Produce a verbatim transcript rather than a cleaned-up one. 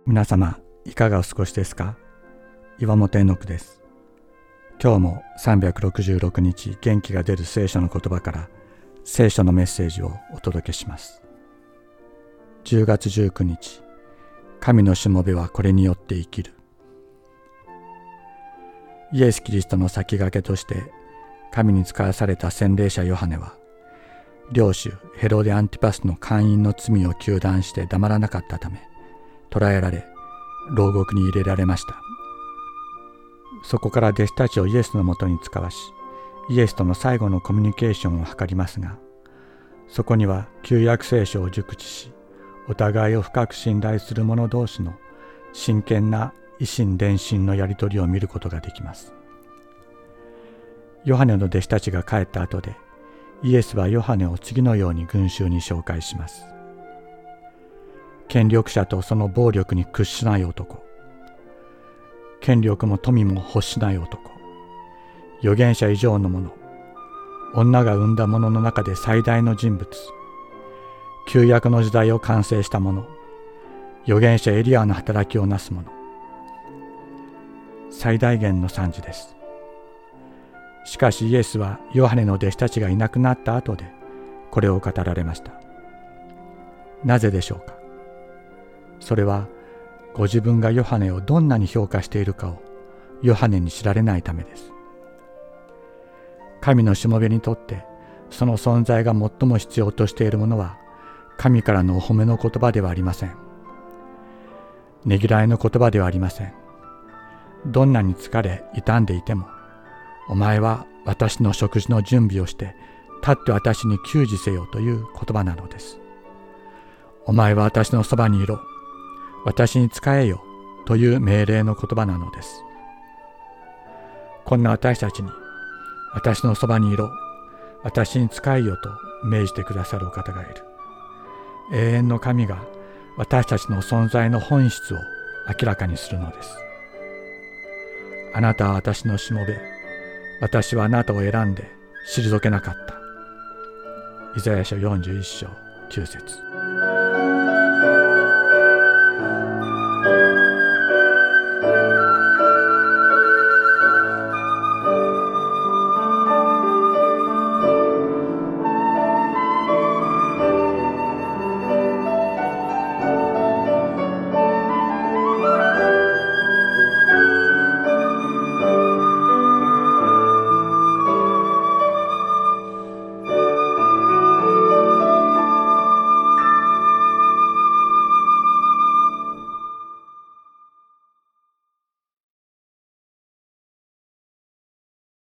皆様いかがお過ごしですか？岩本絵の句です。今日もさんびゃくろくじゅうろくにち元気が出る聖書の言葉から聖書のメッセージをお届けします。じゅうがつじゅうくにち、神のしもべはこれによって生きる。イエス・キリストの先駆けとして神に使わされた洗礼者ヨハネは、領主ヘロデ・アンティパスの姦淫の罪を糾弾して黙らなかったため捕らえられ、牢獄に入れられました。そこから弟子たちをイエスのもとに使わし、イエスとの最後のコミュニケーションを図りますが、そこには旧約聖書を熟知し、お互いを深く信頼する者同士の真剣な以心伝心のやり取りを見ることができます。ヨハネの弟子たちが帰った後で、イエスはヨハネを次のように群衆に紹介します。権力者とその暴力に屈しない男、権力も富も欲しない男、預言者以上のもの、女が生んだものの中で最大の人物、旧約の時代を完成したもの、預言者エリアの働きをなすもの、最大限の賛辞です。しかしイエスはヨハネの弟子たちがいなくなった後でこれを語られました。なぜでしょうか。それはご自分がヨハネをどんなに評価しているかをヨハネに知られないためです。神のしもべにとってその存在が最も必要としているものは神からのお褒めの言葉ではありません。ねぎらいの言葉ではありません。どんなに疲れ傷んでいても、お前は私の食事の準備をして立って私に給仕せよという言葉なのです。お前は私のそばにいろ、私に仕えよという命令の言葉なのです。こんな私たちに、私のそばにいろ、私に仕えよと命じてくださるお方がいる。永遠の神が私たちの存在の本質を明らかにするのです。あなたは私のしもべ、私はあなたを選んで退けなかった。イザヤ書よんじゅういっしょうきゅうせつ。